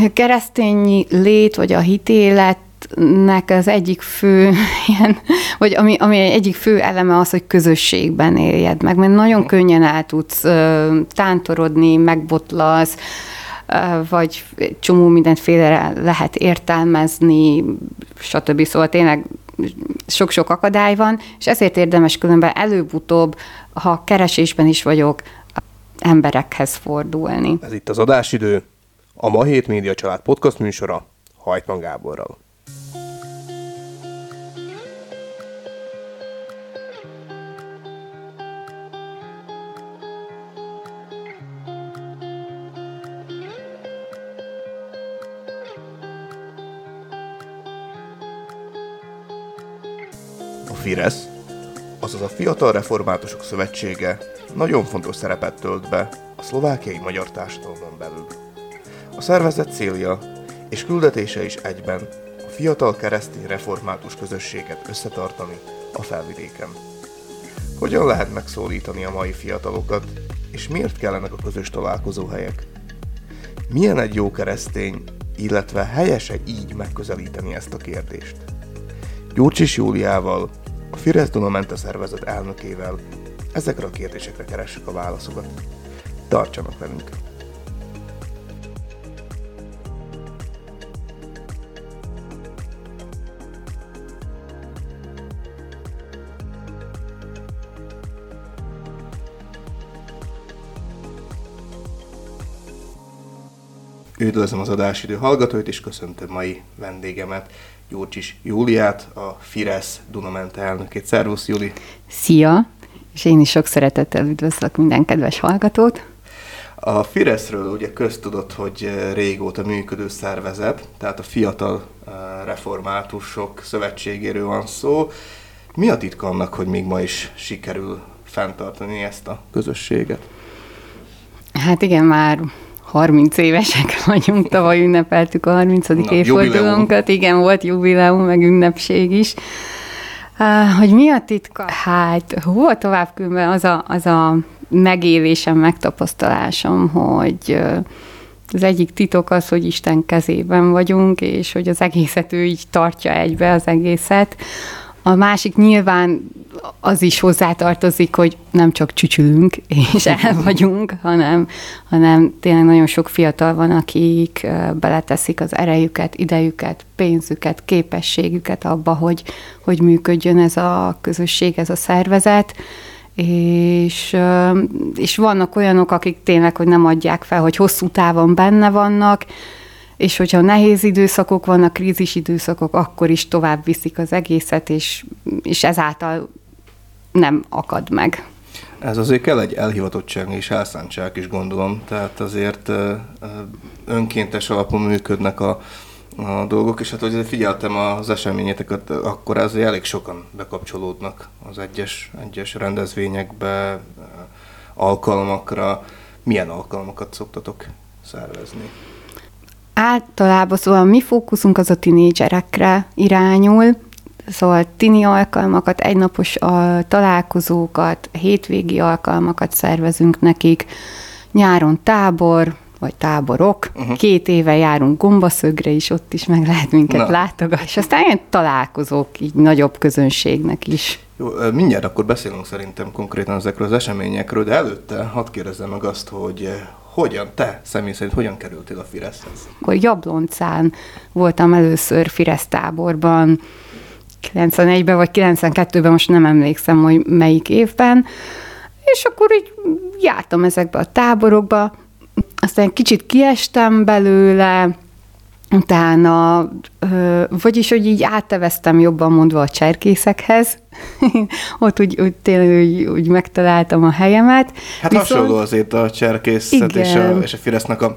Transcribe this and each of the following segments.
keresztény lét, vagy a hitéletnek az egyik fő ilyen, vagy ami egyik fő eleme az, hogy közösségben éljed meg, mert nagyon könnyen el tudsz tántorodni, megbotlasz, vagy csomó mindenféle lehet értelmezni, stb. Szóval tényleg sok-sok akadály van, és ezért érdemes különben előbb-utóbb, ha keresésben is vagyok, emberekhez fordulni. Ez itt az adásidő, a Ma Hét Média Család podcast műsora Hajtman Gáborral. A Fidesz, azaz a Fiatal Reformátusok Szövetsége nagyon fontos szerepet tölt be a szlovákiai magyar társadalomon belül. A szervezet célja és küldetése is egyben a fiatal keresztény református közösséget összetartani a Felvidéken. Hogyan lehet megszólítani a mai fiatalokat, és miért kellenek a közös találkozóhelyek? Milyen egy jó keresztény, illetve helyes-e így megközelíteni ezt a kérdést? Gyurcsis Júliával, a Fidesz Duna-Mente szervezet elnökével ezekre a kérdésekre keressük a válaszokat. Tartsanak velünk! Üdvözlöm az adásidő hallgatóit, és köszöntöm mai vendégemet, Gyurcsis Júliát, a Fidesz Duna-Mente elnökét. Szervusz, Júli! Szia! És én is sok szeretettel üdvözlök minden kedves hallgatót. A Fideszről ugye köztudott, hogy régóta működő szervezet, tehát a Fiatal Reformátusok Szövetségéről van szó. Mi a titka annak, hogy még ma is sikerül fenntartani ezt a közösséget? Hát igen, már 30 évesek vagyunk, tavaly ünnepeltük a 30. évfordulónkat. Igen, volt jubileum, meg ünnepség is. Hogy mi a titka? Hát hova tovább különben az a megélésem, megtapasztalásom, hogy az egyik titok az, hogy Isten kezében vagyunk, és hogy az egészet ő így tartja egybe, az egészet. A másik nyilván az is hozzátartozik, hogy nem csak csücsülünk és el vagyunk, hanem tényleg nagyon sok fiatal van, akik beleteszik az erejüket, idejüket, pénzüket, képességüket abba, hogy működjön ez a közösség, ez a szervezet. És vannak olyanok, akik tényleg, hogy nem adják fel, hogy hosszú távon benne vannak, és hogyha nehéz időszakok vannak, krízis időszakok, akkor is tovább viszik az egészet, és ezáltal nem akad meg. Ez azért kell egy elhivatottság és elszántság is, gondolom. Tehát azért önkéntes alapon működnek a dolgok, és hát hogy figyeltem az eseményeteket, akkor azért elég sokan bekapcsolódnak az egyes rendezvényekbe, alkalmakra. Milyen alkalmakat szoktatok szervezni? Általában szóval mi fókuszunk az a tinédzserekre irányul, szóval tini alkalmakat, egynapos találkozókat, hétvégi alkalmakat szervezünk nekik, nyáron tábor, vagy táborok. 2 éve járunk Gombaszögre is, ott is meg lehet minket látogatni, és aztán ilyen találkozók így nagyobb közönségnek is. Jó, mindjárt akkor beszélünk szerintem konkrétan ezekről az eseményekről, de előtte hadd kérdezzem meg azt, hogy te személy szerint hogyan kerültél a Fideszhez? Akkor Jabloncán voltam először Fidesz táborban, 91-ben vagy 92-ben, most nem emlékszem, hogy melyik évben, és akkor így jártam ezekbe a táborokba, aztán kicsit kiestem belőle, utána, vagyis, hogy így átteveztem jobban mondva a cserkészekhez, ott úgy tényleg úgy megtaláltam a helyemet. Hát hasonló azért a cserkészet és a Fidesznek a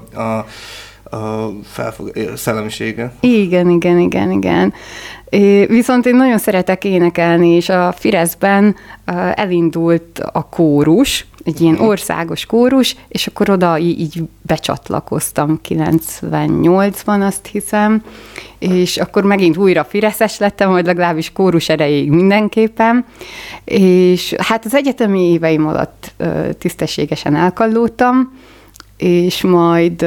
szellemisége. Igen. Viszont én nagyon szeretek énekelni, és a Fideszben elindult a kórus, egy ilyen országos kórus, és akkor oda így becsatlakoztam 98-ban, azt hiszem, és akkor megint újra fideszes lettem, vagy legalábbis kórus erejéig mindenképpen, és hát az egyetemi éveim alatt tisztességesen elkallódtam, és majd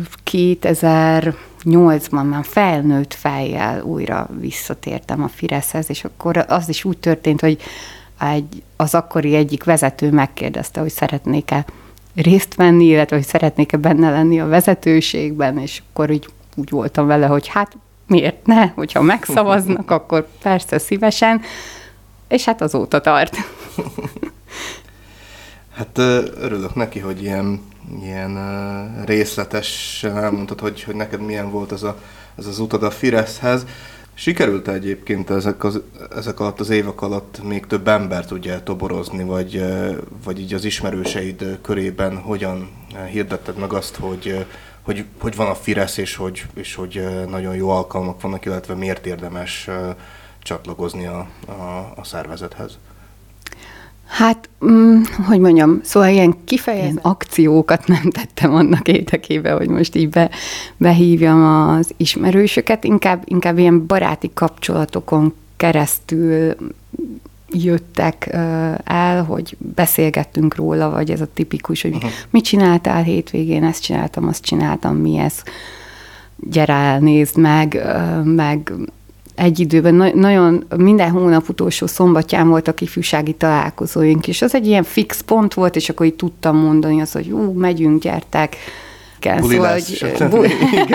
2008-ban már felnőtt fejjel újra visszatértem a Fideszhez, és akkor az is úgy történt, hogy az akkori egyik vezető megkérdezte, hogy szeretnék-e részt venni, illetve hogy szeretnék-e benne lenni a vezetőségben, és akkor úgy voltam vele, hogy hát miért ne, hogyha megszavaznak, akkor persze szívesen, és hát azóta tart. Hát örülök neki, hogy ilyen részletesen elmondtad, hogy neked milyen volt ez az utad a Fideszhez. Sikerült egyébként ezek alatt az évek alatt még több embert ugye toborozni, vagy így az ismerőseid körében hogyan hirdetted meg azt, hogy van a Fidesz, és hogy nagyon jó alkalmak vannak, illetve miért érdemes csatlakozni a szervezethez? Hát, hogy mondjam, szóval ilyen kifejezett akciókat nem tettem annak érdekében, hogy most így behívjam az ismerősöket, inkább ilyen baráti kapcsolatokon keresztül jöttek el, hogy beszélgettünk róla, vagy ez a tipikus, hogy mit csináltál hétvégén, ezt csináltam, azt csináltam, mi ez, gyere el, nézd meg egy időben nagyon minden hónap utolsó szombatján voltak ifjúsági találkozóink, és az egy ilyen fix pont volt, és akkor így tudtam mondani azt, hogy megyünk, gyertek. Buli lesz. Szóval,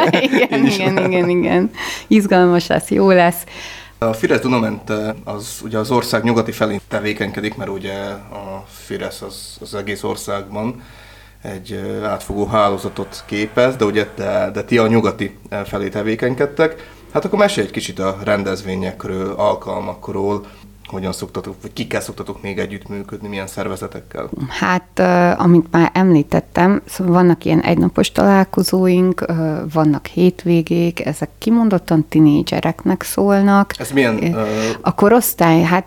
igen. Izgalmas lesz, jó lesz. A Fidesz Dunamente az ugye az ország nyugati felé tevékenykedik, mert ugye a Fidesz az egész országban egy átfogó hálózatot képez, de ti a nyugati felé tevékenykedtek. Hát akkor mesélj egy kicsit a rendezvényekről, alkalmakról, hogyan szoktatok, vagy kikkel szoktatok még együttműködni, milyen szervezetekkel? Hát, amit már említettem, szóval vannak ilyen egynapos találkozóink, vannak hétvégék, ezek kimondottan tinédzsereknek szólnak. Ez milyen? A korosztály, hát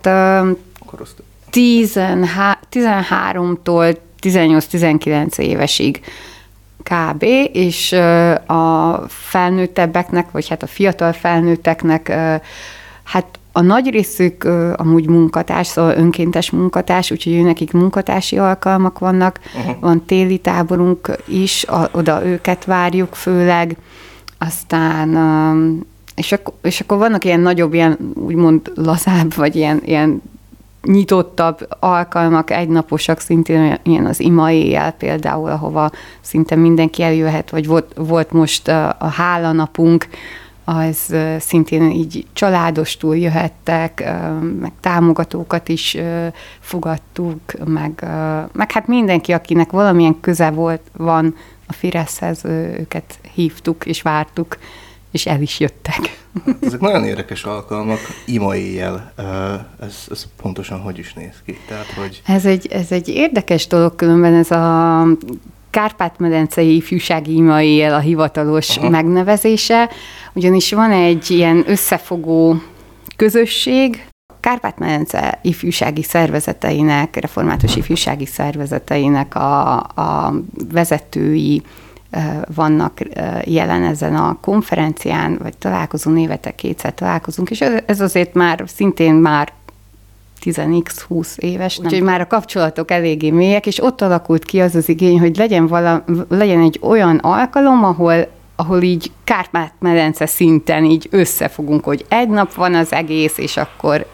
13-tól 18-19 évesig kb. És a felnőttebbeknek, vagy hát a fiatal felnőtteknek, hát a nagy részük amúgy munkatárs, szóval önkéntes munkatárs, úgyhogy nekik munkatársi alkalmak vannak, van téli táborunk is, oda őket várjuk főleg, aztán, és akkor vannak ilyen nagyobb, ilyen úgymond lazább, vagy ilyen nyitottabb alkalmak, egynaposak, szintén ilyen az ima éjjel például, ahova szinte mindenki eljöhet, vagy volt most a hálanapunk, az szintén így családostul jöhettek, meg támogatókat is fogadtuk, meg hát mindenki, akinek valamilyen köze van a Fideszhez, őket hívtuk és vártuk, és el is jöttek. Ezek nagyon érdekes alkalmak, ima éjjel. Ez pontosan hogy is néz ki? Tehát, hogy... Ez egy érdekes dolog, különben ez a Kárpát-medencei ifjúsági ima éjjel a hivatalos megnevezése, ugyanis van egy ilyen összefogó közösség, Kárpát-medence ifjúsági szervezeteinek, református ifjúsági szervezeteinek a vezetői vannak jelen ezen a konferencián, vagy találkozunk, évente kétszer találkozunk, és ez azért már szintén már 10x-20 éves, úgyhogy már a kapcsolatok eléggé mélyek, és ott alakult ki az igény, hogy legyen egy olyan alkalom, ahol így Kárpát-medence szinten így összefogunk, hogy egy nap van az egész, és akkor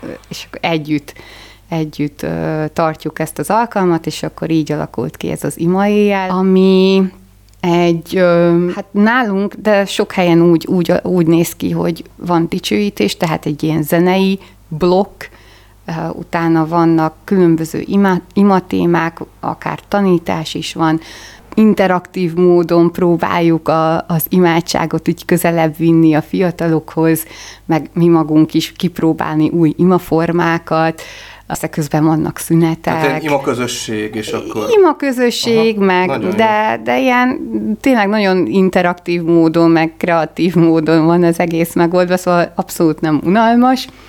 együtt tartjuk ezt az alkalmat, és akkor így alakult ki ez az ima éjjel, ami hát nálunk, de sok helyen úgy néz ki, hogy van dicsőítés, tehát egy ilyen zenei blokk, utána vannak különböző imatémák, akár tanítás is van, interaktív módon próbáljuk az imádságot úgy közelebb vinni a fiatalokhoz, meg mi magunk is kipróbálni új imaformákat, aztán közben vannak szünetek. Hát imaközösség, és akkor... Imaközösség, de ilyen tényleg nagyon interaktív módon, meg kreatív módon van az egész megoldva, szóval abszolút nem unalmas,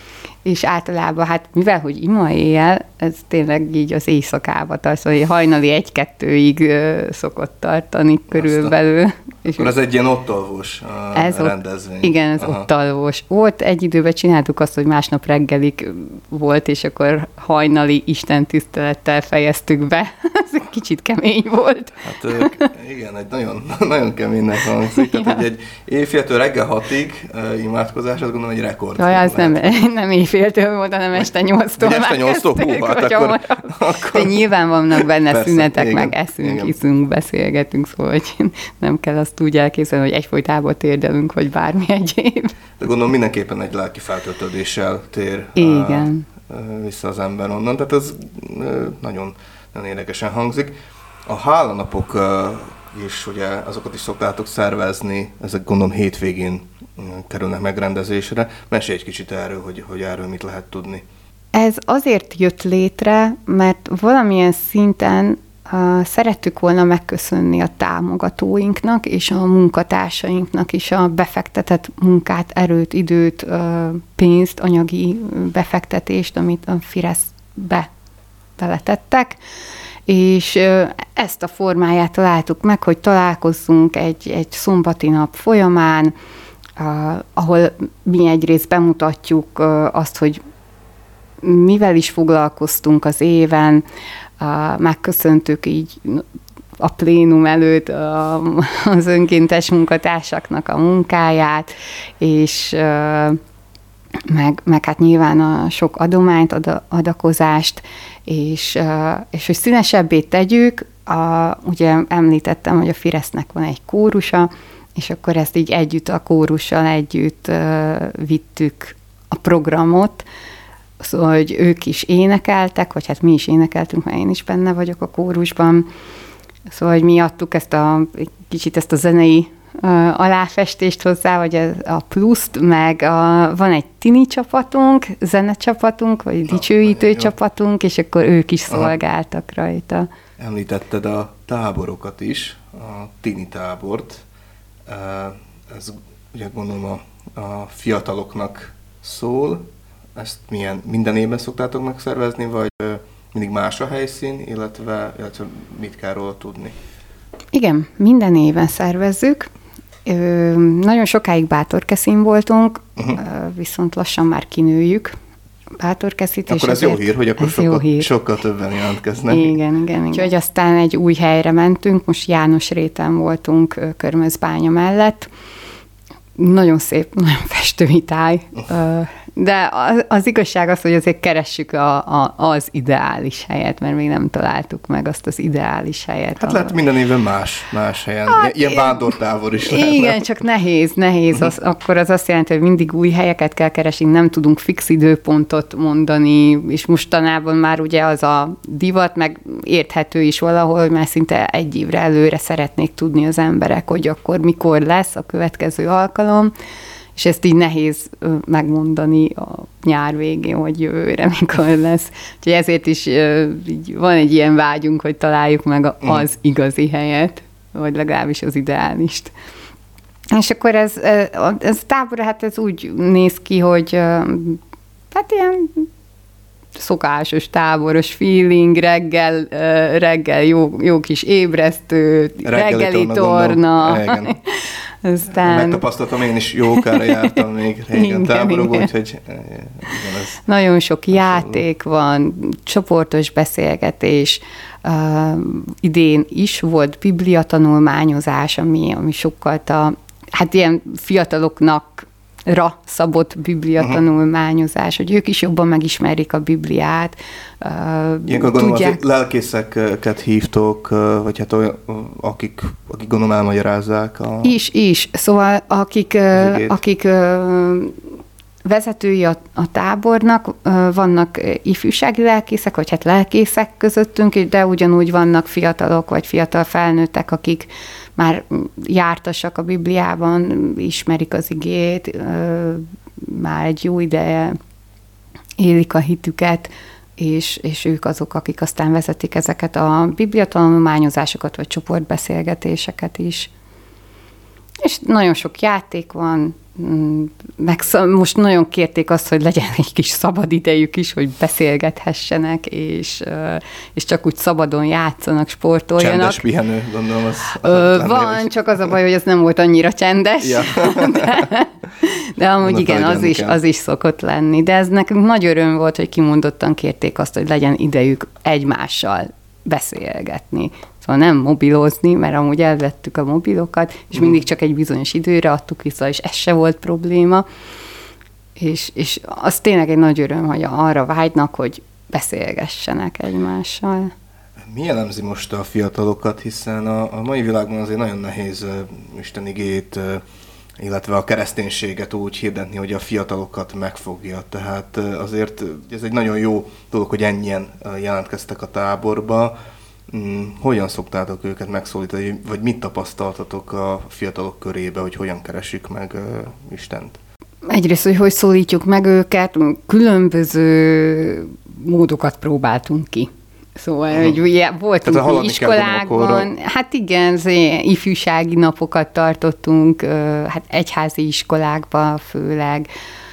és általában, hát mivel, hogy ima éjjel, ez tényleg így az éjszakába tart, szóval hajnali 1-2-ig szokott tartani körülbelül. És akkor ez egy ilyen ottalvós rendezvény. Igen, ez ottalvós volt. Egy időben csináltuk azt, hogy másnap reggelig volt, és akkor hajnali istentisztelettel fejeztük be. Ez egy kicsit kemény volt. Hát igen, egy nagyon, nagyon keménynek hangzik. Tehát egy éjféltől reggel 6-ig imádkozás, azt gondolom, egy rekord. Jaj, ez nem éjféltől volt, hanem este 8-tól. Este 8-tól? Hát akkor... De nyilván vannak benne persze, szünetek, igen, meg eszünk, igen. Iszunk, beszélgetünk, szóval hogy nem kell azt úgy elképzelni, hogy egyfolytában térdelünk, vagy bármi egyéb. De gondolom mindenképpen egy lelki feltöltődéssel tér vissza az ember onnan. Tehát ez nagyon, nagyon érdekesen hangzik. A hálanapok is, ugye azokat is szoktátok szervezni, ezek gondolom hétvégén kerülnek megrendezésre. Mesélj egy kicsit erről, hogy erről mit lehet tudni. Ez azért jött létre, mert valamilyen szinten szerettük volna megköszönni a támogatóinknak és a munkatársainknak is a befektetett munkát, erőt, időt, pénzt, anyagi befektetést, amit a Fireszbe beletettek, és ezt a formáját találtuk meg, hogy találkozzunk egy szombati nap folyamán, ahol mi egyrészt bemutatjuk azt, hogy mivel is foglalkoztunk az éven, megköszöntük így a plénum előtt az önkéntes munkatársaknak a munkáját, és meg hát nyilván a sok adományt, adakozást, és hogy színesebbé tegyük, ugye említettem, hogy a Firesznek van egy kórusa, és akkor ezt így együtt, a kórussal együtt vittük a programot, szóval, hogy ők is énekeltek, vagy hát mi is énekeltünk, mert én is benne vagyok a kórusban. Szóval, hogy mi adtuk kicsit ezt a zenei aláfestést hozzá, vagy a pluszt, meg van egy tini csapatunk, zenecsapatunk, vagy dicsőítő csapatunk, és akkor ők is szolgáltak rajta. Említetted a táborokat is, a tini tábort. Ez ugye gondolom a fiataloknak szól. Ezt minden évben szoktátok megszervezni, vagy mindig más a helyszín, illetve mit kell róla tudni? Igen, minden éven szervezzük. Nagyon sokáig Bátorkeszin voltunk, viszont lassan már kinőjük Bátorkeszit. Akkor ez jó hír, hogy akkor sokkal többen jelentkeznek. Igen. Úgyhogy aztán egy új helyre mentünk, most Jánosréten voltunk Körmözbánya mellett. Nagyon szép, nagyon festői táj, de az igazság az, hogy azért keressük az ideális helyet, mert még nem találtuk meg azt az ideális helyet. Hát lehet minden évben más helyen, ilyen vándortábor is lehet. Igen, csak nehéz. Akkor az azt jelenti, hogy mindig új helyeket kell keresni, nem tudunk fix időpontot mondani, és mostanában már ugye az a divat, meg érthető is valahol, hogy már szinte egy évre előre szeretnék tudni az emberek, hogy akkor mikor lesz a következő alkalom, és ezt így nehéz megmondani a nyár végén, hogy jövőre mikor lesz. Úgyhogy ezért is így van egy ilyen vágyunk, hogy találjuk meg az igazi helyet, vagy legalábbis az ideálist. És akkor ez tábor, hát ez úgy néz ki, hogy hát ilyen szokásos táboros feeling, reggel jó kis ébresztő, reggeli torna. Aztán... Megtapasztaltam, én is jókára jártam még régen táborokban, úgyhogy nagyon sok játék van, csoportos beszélgetés, idén is volt bibliatanulmányozás, ami sokkal hát ilyen fiataloknak szabott bibliatanulmányozás, hogy ők is jobban megismerik a Bibliát. Ilyenkor gondolom, azért lelkészeket hívtok, vagy hát olyan, akik gondolom elmagyarázzák Is. Szóval akik vezetői a tábornak, vannak ifjúsági lelkészek, vagy hát lelkészek közöttünk, de ugyanúgy vannak fiatalok, vagy fiatal felnőttek, akik már jártasak a Bibliában, ismerik az igét, már egy jó ideje élik a hitüket, és ők azok, akik aztán vezetik ezeket a bibliatanulmányozásokat, vagy csoportbeszélgetéseket is. És nagyon sok játék van, most nagyon kérték azt, hogy legyen egy kis szabad idejük is, hogy beszélgethessenek, és csak úgy szabadon játszanak, sportoljanak. Csendes pihenő, gondolom. Van, csak az a baj, hogy ez nem volt annyira csendes. Ja. De amúgy igen, az is szokott lenni. De ez nekünk nagy öröm volt, hogy kimondottan kérték azt, hogy legyen idejük egymással beszélgetni. Szóval nem mobilozni, mert amúgy elvettük a mobilokat, és mindig csak egy bizonyos időre adtuk vissza, és ez se volt probléma. És az tényleg egy nagy öröm, hogy arra vágynak, hogy beszélgessenek egymással. Mi jellemzi most a fiatalokat, hiszen a mai világban azért nagyon nehéz Isten igét, illetve a kereszténységet úgy hirdetni, hogy a fiatalokat megfogja. Tehát azért ez egy nagyon jó dolog, hogy ennyien jelentkeztek a táborba. Hogyan szoktátok őket megszólítani, vagy mit tapasztaltatok a fiatalok körébe, hogy hogyan keressük meg Istent? Egyrészt, hogy szólítjuk meg őket, különböző módokat próbáltunk ki. Szóval, hogy ugye voltunk iskolákban, hát igen, ifjúsági napokat tartottunk, hát egyházi iskolákban főleg,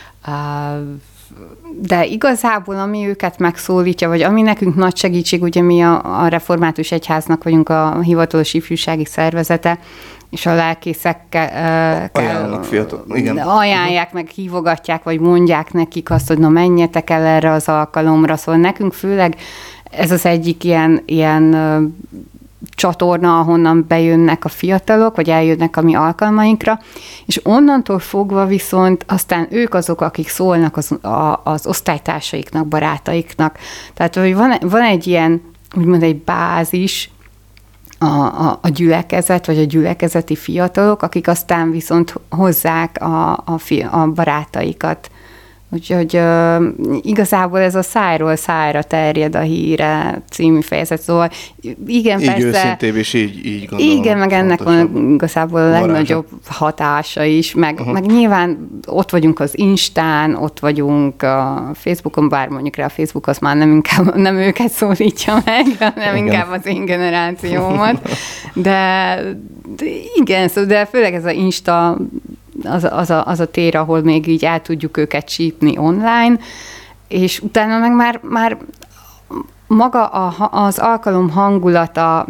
de igazából, ami őket megszólítja, vagy ami nekünk nagy segítség, ugye mi a Református Egyháznak vagyunk a hivatalos ifjúsági szervezete, és a lelkészekkel ajánlják, meg hívogatják, vagy mondják nekik azt, hogy na menjetek el erre az alkalomra. Szóval nekünk főleg ez az egyik ilyen csatorna, ahonnan bejönnek a fiatalok, vagy eljönnek a mi alkalmainkra, és onnantól fogva viszont aztán ők azok, akik szólnak az osztálytársaiknak, barátaiknak. Tehát, hogy van egy ilyen, úgymond egy bázis, a gyülekezet, vagy a gyülekezeti fiatalok, akik aztán viszont hozzák a barátaikat. Úgyhogy igazából ez a szájról szájra terjed a híre című fejezet. Szóval igen, így persze. Így őszintébb, és így gondolom. Igen, meg ennek van igazából a legnagyobb hatása is, meg nyilván ott vagyunk az Instán, ott vagyunk a Facebookon, bár mondjuk rá a Facebook az már nem őket szólítja meg, hanem inkább az én generációmat. De igen, szóval, de főleg ez a Insta az a tér, ahol még így el tudjuk őket csípni online, és utána meg már maga az alkalom hangulata,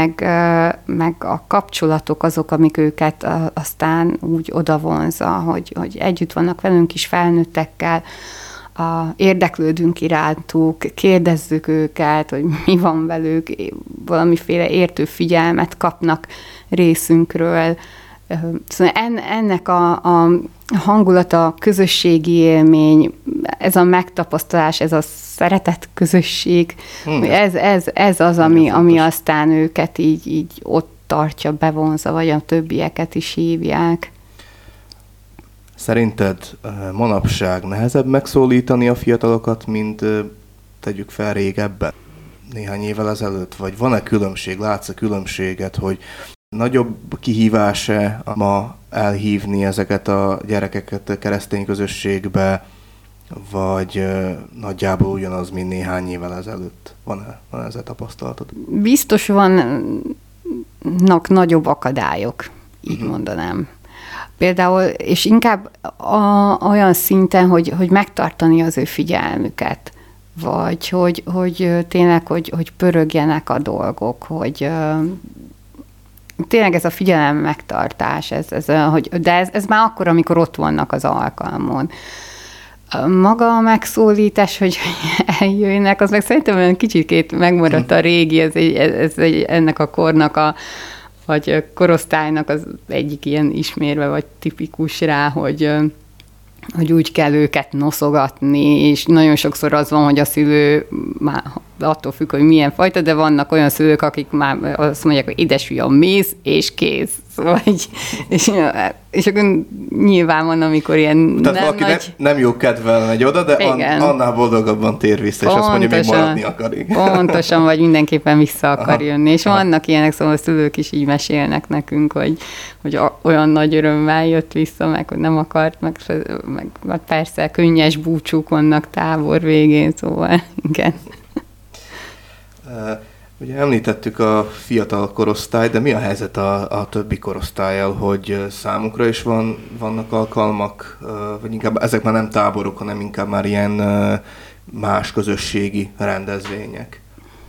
meg a kapcsolatok azok, amik őket aztán úgy odavonza, hogy együtt vannak velünk is felnőttekkel, érdeklődünk irántuk, kérdezzük őket, hogy mi van velük, valamiféle értő figyelmet kapnak részünkről. Szóval ennek a hangulata, közösségi élmény, ez a megtapasztalás, ez a szeretett közösség, ez az, ami aztán őket így ott tartja, bevonza, vagy a többieket is hívják. Szerinted manapság nehezebb megszólítani a fiatalokat, mint tegyük fel régebben, néhány évvel ezelőtt? Vagy van-e különbség, látsz-e különbséget, hogy nagyobb kihívás-e ma elhívni ezeket a gyerekeket keresztény közösségbe, vagy nagyjából ugyanaz, mint néhány évvel ezelőtt? Van ezzel tapasztalatod? Biztos vannak nagyobb akadályok, így mondanám. Például, és inkább olyan szinten, hogy megtartani az ő figyelmüket, vagy hogy tényleg, hogy pörögjenek a dolgok, hogy tényleg ez a figyelem megtartás, de ez már akkor, amikor ott vannak az alkalmon. Maga a megszólítás, hogy eljöjjenek, az meg szerintem olyan kicsikét megmaradt a régi, ez ennek a kornak vagy korosztálynak az egyik ilyen ismérve, vagy tipikus rá, hogy úgy kell őket noszogatni, és nagyon sokszor az van, hogy a szülő már attól függ, hogy milyen fajta, de vannak olyan szülők, akik már azt mondják, hogy édesfiam, mész, és kész. Szóval és akkor nyilván van, amikor ilyen tehát nem valaki nagy... nem jó kedvel megy oda, de annál boldogabban tér vissza, és azt mondja, még maradni akar. Pontosan, vagy mindenképpen vissza akar jönni. És vannak ilyenek, szóval a szülők is így mesélnek nekünk, hogy olyan nagy örömmel jött vissza, meg hogy nem akart, meg persze könnyes búcsúk vannak tábor végén, szóval igen. Ugye említettük a fiatal korosztályt, de mi a helyzet a többi korosztállyal, hogy számukra is vannak alkalmak, vagy inkább ezek már nem táborok, hanem inkább már ilyen más közösségi rendezvények?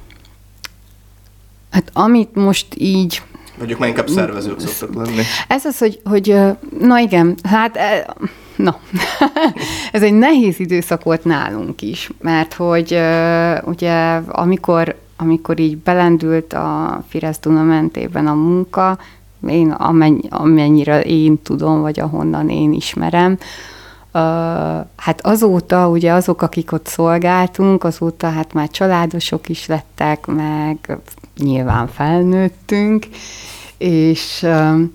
Hát amit most így... Vagy ők már inkább szervezők szoktak lenni. Ez az, hogy na igen, hát na, ez egy nehéz időszak volt nálunk is, mert hogy ugye amikor így belendült a Fires Duna mentében a munka, én amennyire én tudom, vagy ahonnan én ismerem, hát azóta ugye azok, akik ott szolgáltunk, azóta hát már családosok is lettek, meg nyilván felnőttünk, és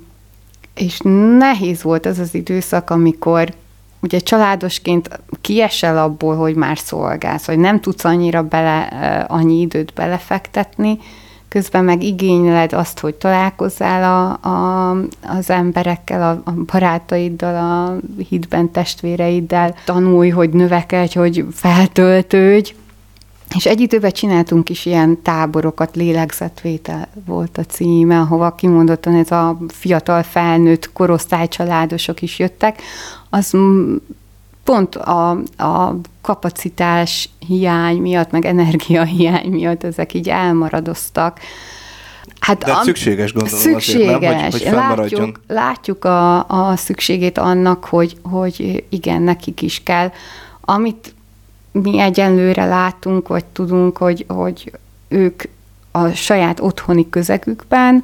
nehéz volt az az időszak, amikor ugye családosként kiesel abból, hogy már szolgálsz, vagy nem tudsz annyi időt belefektetni, közben meg igényled azt, hogy találkozzál az emberekkel, a barátaiddal, a hitben testvéreiddel, tanulj, hogy növekedj, hogy feltöltődj. És egy időben csináltunk is ilyen táborokat, lélegzetvétel volt a címe, ahova kimondottan ez a fiatal felnőtt korosztálycsaládosok is jöttek. Az pont a kapacitás hiány miatt, meg energia hiány miatt ezek így elmaradoztak. Hát de szükséges, gondolom. Szükséges. Azért, nem, hogy látjuk a szükségét annak, hogy igen, nekik is kell. Amit mi egyenlőre látunk, vagy tudunk, hogy ők a saját otthoni közegükben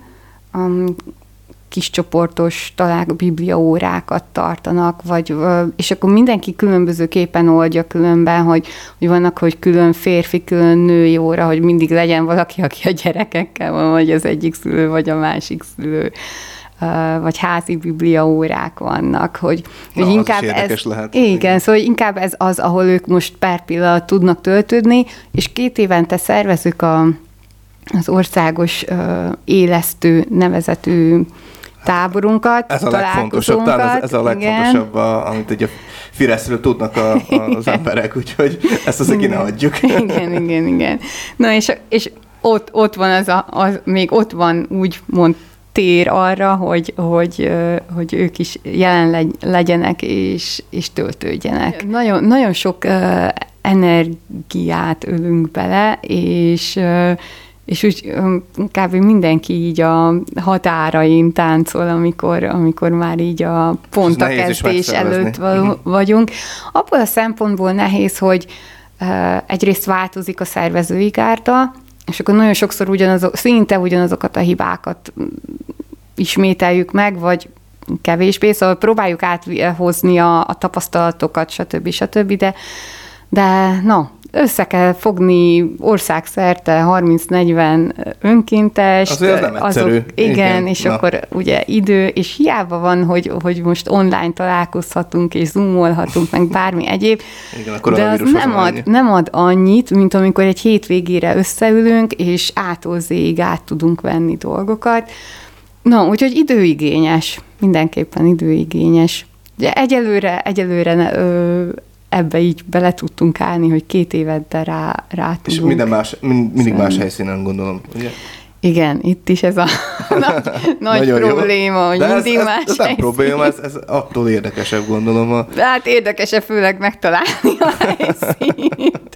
kis csoportos bibliaórákat tartanak, és akkor mindenki különbözőképpen oldja különben, hogy vannak, hogy külön férfi, külön női óra, hogy mindig legyen valaki, aki a gyerekekkel van, vagy az egyik szülő, vagy a másik szülő, vagy házi bibliaórák vannak, hogy inkább ez lehet. Igen, szóval inkább ez az, ahol ők most pár pillanat tudnak töltődni, és 2 évente szervezük az országos élesztő nevezetű táborunkat, ez a legfontosabb, ez a legfontosabb, amit ugye Firesről tudnak az emberek, úgyhogy ezt azért ki ne adjuk. Igen. Na és ott van még ott van úgymond tér arra, hogy ők is jelen legyenek és töltődjenek. Nagyon sok energiát ölünk bele, és úgy kb. Mindenki így a határain táncol, amikor már így a pontakezdés előtt vagyunk. Abból a szempontból nehéz, hogy egyrészt változik a szervezői gárda, és akkor nagyon sokszor szinte ugyanazokat a hibákat ismételjük meg, kevésbé, szóval próbáljuk áthozni a tapasztalatokat, stb. De össze kell fogni országszerte 30-40 önkéntest. Azért nem egyszerű. Igen, és akkor ugye idő, és hiába van, hogy most online találkozhatunk, és zoomolhatunk, meg bármi egyéb, igen, de az nem ad annyit, mint amikor egy hétvégére összeülünk, és A-tól Z-ig át tudunk venni dolgokat. Úgyhogy időigényes, mindenképpen időigényes. De egyelőre ebbe így bele tudtunk állni, hogy 2 évet rá tudunk. És mindig más helyszínen, gondolom, ugye? Igen, itt is ez a nagy probléma, hogy mindig más helyszín. Ez nem probléma, ez attól érdekesebb, gondolom. Hát érdekesebb főleg megtalálni a helyszínt,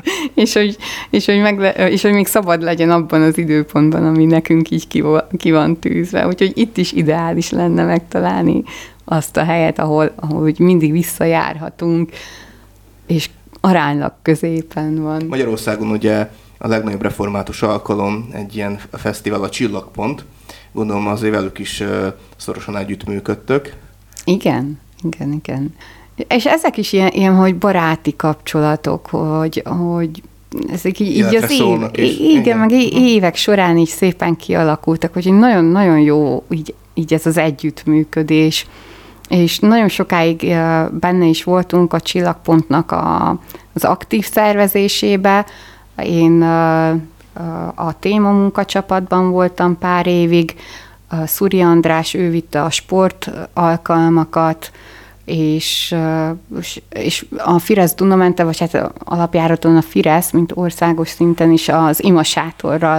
és hogy még szabad legyen abban az időpontban, ami nekünk így ki van tűzve. Úgyhogy itt is ideális lenne megtalálni azt a helyet, ahol mindig visszajárhatunk, és aránylag középen van. Magyarországon ugye a legnagyobb református alkalom egy ilyen fesztivál, a Csillagpont. Gondolom azért velük is szorosan együttműködtök. Igen. És ezek is ilyen hogy baráti kapcsolatok, hogy ezek így az igen, meg évek során így szépen kialakultak, hogy nagyon-nagyon jó így ez az együttműködés. És nagyon sokáig benne is voltunk a Csillagpontnak az aktív szervezésébe. Én a téma munkacsapatban voltam pár évig, Szuri András, ő vitte a sport alkalmakat, és a Fires Dunamente, vagy hát alapjáraton a Fires, mint országos szinten is az imasátorral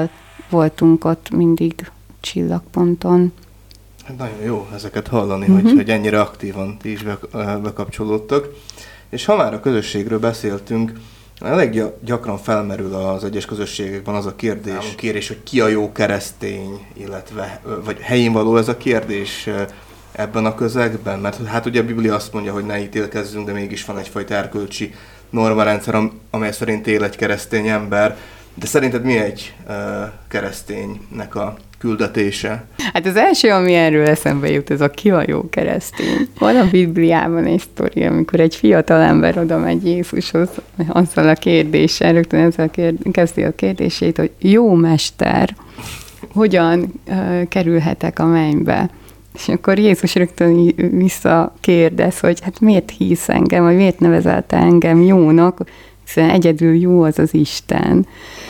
voltunk ott mindig csillagponton. Nagyon jó ezeket hallani, hogy ennyire aktívan ti is bekapcsolódtok. És ha már a közösségről beszéltünk, elég gyakran felmerül az egyes közösségekben az a kérés, hogy ki a jó keresztény, illetve vagy helyén való ez a kérdés ebben a közegben, mert hát ugye a Biblia azt mondja, hogy ne ítélkezzünk, de mégis van egyfajta erkölcsi normarendszer, amely szerint él egy keresztény ember. De szerinted mi egy kereszténynek a küldetése? Hát az első, ami erről eszembe jut, ez a ki a jó keresztény. Van a Bibliában egy sztori, amikor egy fiatal ember oda megy Jézushoz azzal a kérdéssel, rögtön ezzel kezdi a kérdését, hogy jó mester, hogyan kerülhetek a mennybe? És akkor Jézus rögtön visszakérdez, hogy hát miért hisz engem, vagy miért nevezel te engem jónak, hiszen egyedül jó az az Isten.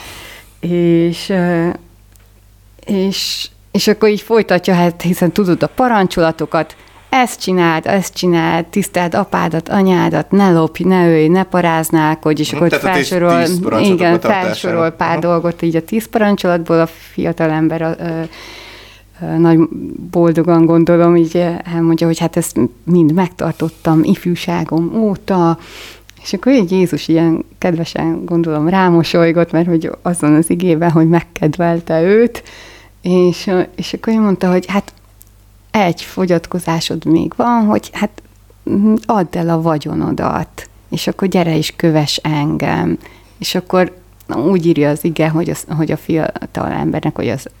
És akkor így folytatja, hát hiszen tudod a parancsolatokat, ezt csináld, tiszteld apádat, anyádat, ne lopj, ne ölj, ne paráználkodj, és akkor felsorol pár dolgot így a 10 parancsolatból, a fiatal ember nagy boldogan gondolom, így elmondja, hogy hát ezt mind megtartottam ifjúságom óta, és akkor így Jézus ilyen kedvesen, gondolom, rámosolygott, mert hogy azon az igében, hogy megkedvelte őt, és akkor ő mondta, hogy hát egy fogyatkozásod még van, hogy hát add el a vagyonodat, és akkor gyere és kövess engem. És akkor úgy írja az ige, hogy a fiatal embernek,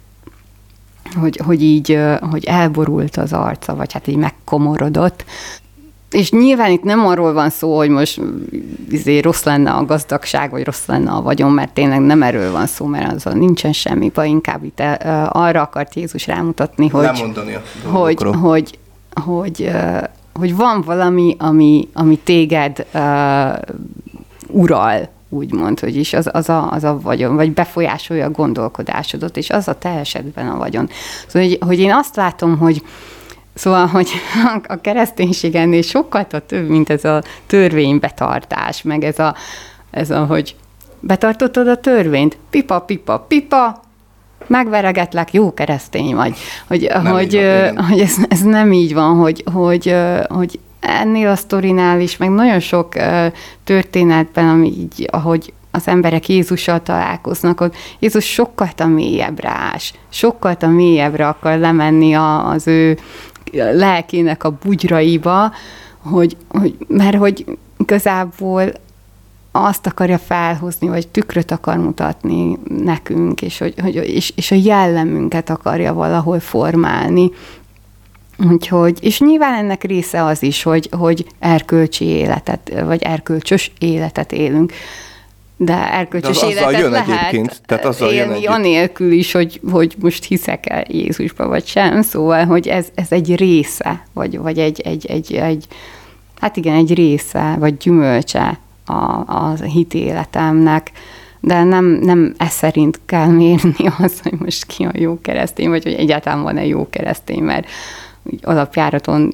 hogy elborult az arca, vagy hát így megkomorodott. És nyilván itt nem arról van szó, hogy most rossz lenne a gazdagság, vagy rossz lenne a vagyon, mert tényleg nem erről van szó, mert azon nincsen semmi baj, inkább itt arra akart Jézus rámutatni, hogy van valami, ami téged ural, úgymond, hogy is az a vagyon, vagy befolyásolja a gondolkodásodat, és az a te esetben a vagyon. Szóval, hogy én azt látom, hogy a kereszténység ennél sokkal több, mint ez a törvénybetartás, meg ez a, hogy betartottad a törvényt, pipa, pipa, pipa, megveregetlek, jó keresztény vagy. Hogy ez nem így van, hogy ennél a sztorinál is, meg nagyon sok történetben, ami így, ahogy az emberek Jézussal találkoznak, ott Jézus sokkal mélyebbre ás, sokkal mélyebbre akar lemenni az ő lelkének a bugyraiba, mert hogy igazából azt akarja felhozni, vagy tükröt akar mutatni nekünk, és a jellemünket akarja valahol formálni. Úgyhogy, és nyilván ennek része az is, hogy erkölcsi életet, vagy erkölcsös életet élünk. De erkölcsös életet lehet élni anélkül is, hogy most hiszek-e Jézusba, vagy sem. Szóval, hogy ez egy része, vagy egy része, vagy gyümölcse a hitéletemnek. De nem ez szerint kell mérni az, hogy most ki a jó keresztény, vagy hogy egyáltalán van-e jó keresztény, mert alapjáraton,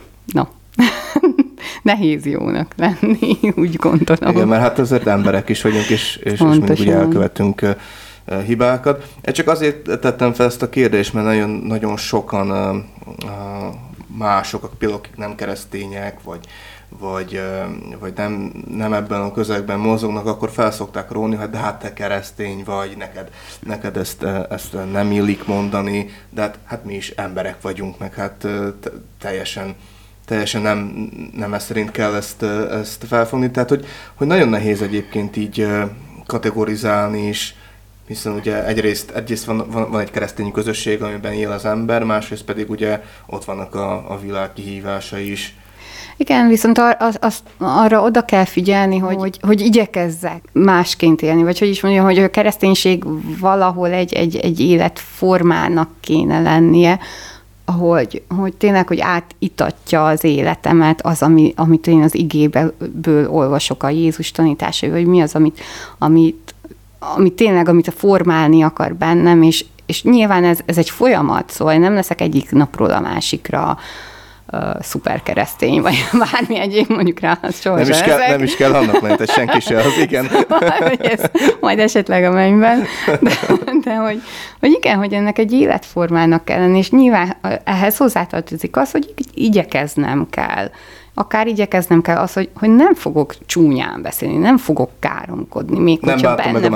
nehéz jónak lenni, úgy gondolom. Igen, mert hát azért emberek is vagyunk, és mindig ugye elkövetünk hibákat. Én csak azért tettem fel ezt a kérdést, mert nagyon, nagyon sokan mások, például akik nem keresztények, vagy nem ebben a közegben mozognak, akkor felszokták róni, hogy de hát te keresztény vagy, neked ezt nem illik mondani, de hát mi is emberek vagyunk, meg hát teljesen nem ez szerint kell ezt felfogni. Tehát, hogy nagyon nehéz egyébként így kategorizálni is, hiszen ugye egyrészt van egy keresztény közösség, amiben él az ember, másrészt pedig ugye ott vannak a világ kihívásai is. Igen, viszont arra oda kell figyelni, hogy igyekezzek másként élni, vagy hogy is mondjam, hogy a kereszténység valahol egy életformának kéne lennie, hogy tényleg, hogy átitatja az életemet az, amit én az igéből olvasok, a Jézus tanításai, vagy mi az, amit tényleg, amit formálni akar bennem, és nyilván ez egy folyamat, szóval nem leszek egyik napról a másikra szuper keresztény, vagy bármi egyéb, mondjuk rá, az soha nem is kell annak lenni, tehát senki se az, igen. Majd esetleg a mennyben, de hogy igen, hogy ennek egy életformának kell lenni, és nyilván ehhez hozzátartozik az, hogy igyekeznem kell. Akár igyekeznem kell az, hogy nem fogok csúnyán beszélni, nem fogok káromkodni, még nem hogyha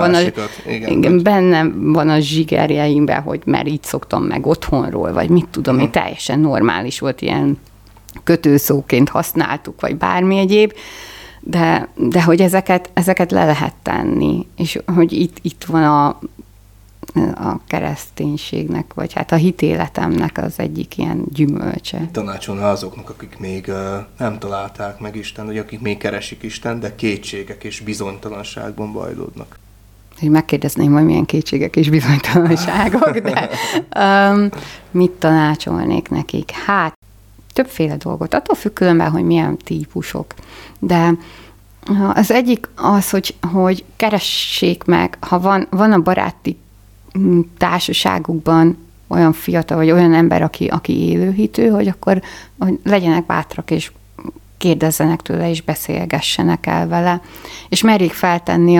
benne van a zsigerjeimben, hogy mert így szoktam meg otthonról, vagy mit tudom, hogy teljesen normális volt, ilyen kötőszóként használtuk, vagy bármi egyéb, de hogy ezeket le lehet tenni, és hogy itt van a kereszténységnek, vagy hát a hitéletemnek az egyik ilyen gyümölcse. Tanácsolna azoknak, akik még nem találták meg Isten, vagy akik még keresik Isten, de kétségek és bizonytalanságban bajlódnak. Hogy megkérdezném, hogy milyen kétségek és bizonytalanságok, de mit tanácsolnék nekik? Hát, többféle dolgot, attól függ különben, hogy milyen típusok. De az egyik az, hogy keressék meg, ha van a baráti társaságukban olyan fiatal, vagy olyan ember, aki élőhitű, hogy akkor hogy legyenek bátrak, és kérdezzenek tőle, és beszélgessenek el vele, és merjék feltenni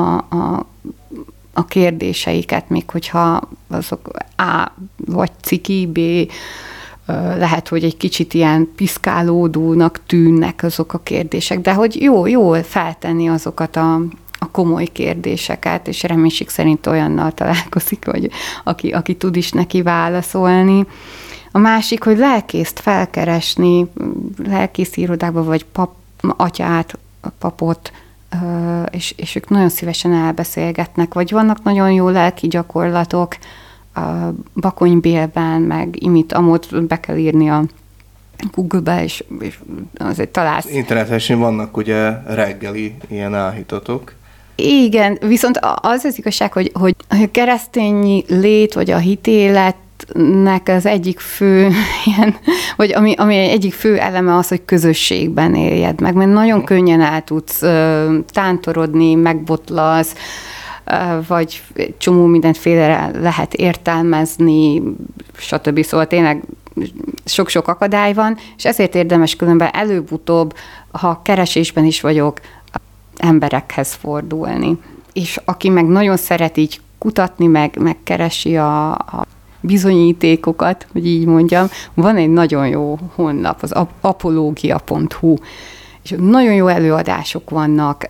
a kérdéseiket, még hogyha azok A vagy ciki, B, lehet, hogy egy kicsit ilyen piszkálódónak tűnnek azok a kérdések, de hogy jól feltenni azokat a komoly kérdéseket, és reménység szerint olyannal találkozik, hogy aki tud is neki válaszolni. A másik, hogy lelkészt felkeresni, lelkész irodába, vagy atyát, papot, és ők nagyon szívesen elbeszélgetnek, vagy vannak nagyon jó lelki gyakorlatok, Bakony Bélben, meg Imit Amot be kell írni a Google-be, és azért találsz. Interneten vannak ugye reggeli ilyen áhítatok. Igen, viszont az igazság, hogy a keresztényi lét, vagy a hitéletnek az egyik fő ilyen, vagy ami egyik fő eleme az, hogy közösségben éljed meg, mert nagyon könnyen el tudsz tántorodni, megbotlasz, vagy csomó mindenféle lehet értelmezni, stb. Szóval tényleg sok-sok akadály van, és ezért érdemes különben előbb-utóbb, ha keresésben is vagyok, emberekhez fordulni. És aki meg nagyon szeret így kutatni, meg keresi a bizonyítékokat, hogy így mondjam, van egy nagyon jó honlap, az apológia.hu, és nagyon jó előadások vannak,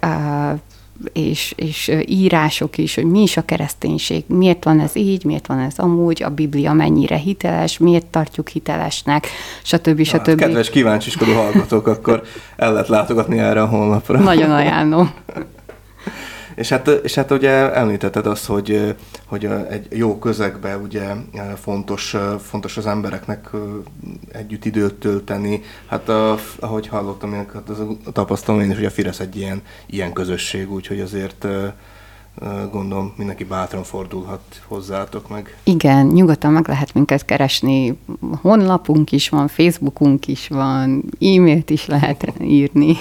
és írások is, hogy mi is a kereszténység, miért van ez így, miért van ez amúgy, a Biblia mennyire hiteles, miért tartjuk hitelesnek, stb. Kedves kíváncsiskodó hallgatók, akkor el lehet látogatni erre a honlapra. Nagyon ajánlom. És hát ugye említetted azt, hogy egy jó közegben ugye fontos az embereknek együtt időt tölteni. Hát ahogy hallottam, tapasztalom én is, hogy a Fidesz egy ilyen közösség, úgyhogy azért gondolom mindenki bátran fordulhat hozzátok meg. Igen, nyugodtan meg lehet minket keresni. Honlapunk is van, Facebookunk is van, e-mailt is lehet írni.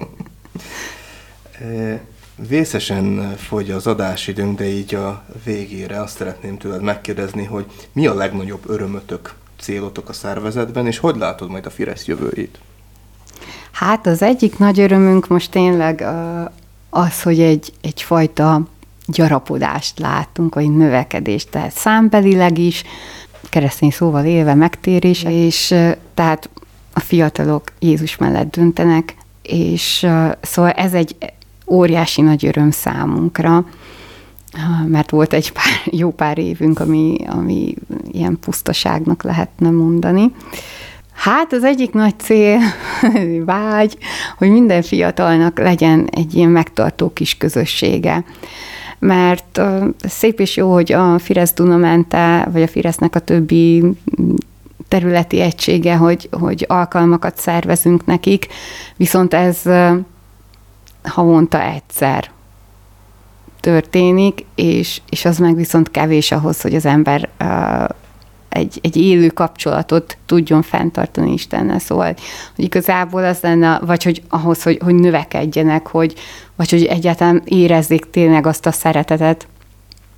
Vészesen fogy az adásidőnk, de így a végére azt szeretném tőled megkérdezni, hogy mi a legnagyobb örömötök, célotok a szervezetben, és hogy látod majd a Fidesz jövőjét? Hát az egyik nagy örömünk most tényleg az, hogy egyfajta gyarapodást látunk, vagy növekedést, tehát számbelileg is, keresztény szóval élve megtérés, és tehát a fiatalok Jézus mellett döntenek, és szóval ez egy óriási nagy öröm számunkra, mert volt egy jó pár évünk, ami ilyen pusztaságnak lehetne mondani. Hát az egyik nagy cél, vágy, hogy minden fiatalnak legyen egy ilyen megtartó kis közössége. Mert szép és jó, hogy a Fidesz Dunamente, vagy a Fidesznek a többi területi egysége, hogy alkalmakat szervezünk nekik, viszont ez havonta egyszer történik, és az meg viszont kevés ahhoz, hogy az ember egy élő kapcsolatot tudjon fenntartani Istennel. Szóval, hogy igazából az lenne, vagy hogy ahhoz, hogy növekedjenek, vagy hogy egyáltalán érezzék tényleg azt a szeretetet,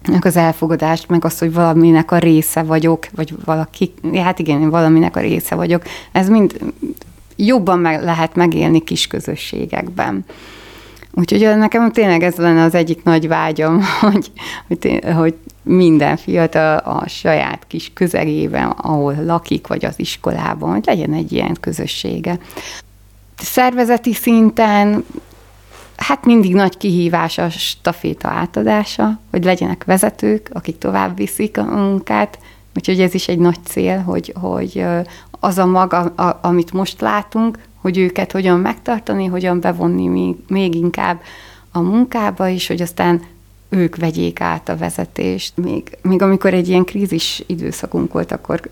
az elfogadást, meg azt, hogy valaminek a része vagyok, vagy valaki, hát igen, én valaminek a része vagyok. Ez mind jobban lehet megélni kis közösségekben. Úgyhogy nekem tényleg ez lenne az egyik nagy vágyam, hogy minden fiatal a saját kis közegében, ahol lakik, vagy az iskolában, hogy legyen egy ilyen közössége. Szervezeti szinten hát mindig nagy kihívás a staféta átadása, hogy legyenek vezetők, akik tovább viszik a munkát, úgyhogy ez is egy nagy cél, hogy az a mag, amit most látunk, hogy őket hogyan megtartani, hogyan bevonni még inkább a munkába, és hogy aztán ők vegyék át a vezetést. Még amikor egy ilyen krízis időszakunk volt,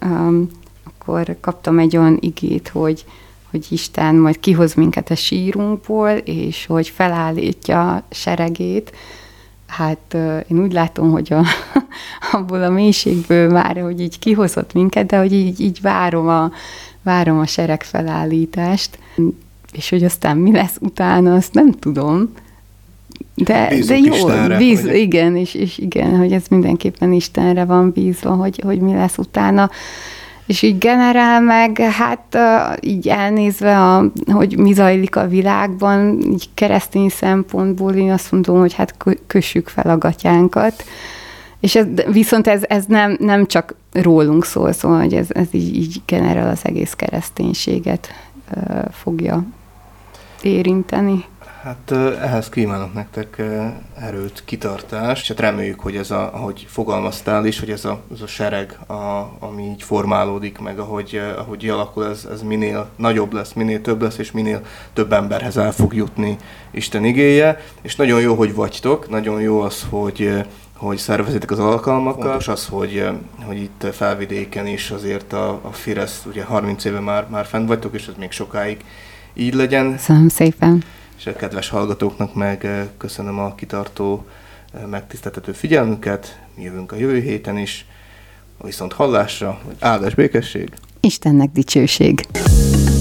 akkor kaptam egy olyan igét, hogy Isten majd kihoz minket a sírunkból, és hogy felállítja a seregét. Hát én úgy látom, hogy abból a mélységből már, hogy így kihozott minket, de hogy így várom a sereg felállítást, és hogy aztán mi lesz utána, azt nem tudom. De jó, igen, és igen, hogy ez mindenképpen Istenre van bízva, hogy mi lesz utána. És így generál meg, hát így elnézve, hogy mi zajlik a világban, így keresztény szempontból én azt mondom, hogy hát kössük fel a gatyánkat. És viszont ez nem csak rólunk szól, szóval, hogy ez így generál az egész kereszténységet fogja érinteni. Hát ehhez kívánok nektek erőt, kitartást, és hát reméljük, hogy ez ahogy fogalmaztál is, hogy ez a sereg, ami így formálódik, meg ahogy alakul, ez minél nagyobb lesz, minél több lesz, és minél több emberhez el fog jutni Isten igéje. És nagyon jó, hogy vagytok, nagyon jó az, hogy szervezitek az alkalmakat, fontos az, hogy itt Felvidéken is azért a Firesz, ugye 30 éve már fent vagytok, és ez még sokáig így legyen. Köszönöm szépen. És a kedves hallgatóknak meg köszönöm a kitartó, megtiszteltető figyelmüket. Mi jövünk a jövő héten is. Viszont hallásra, áldás békesség. Istennek dicsőség.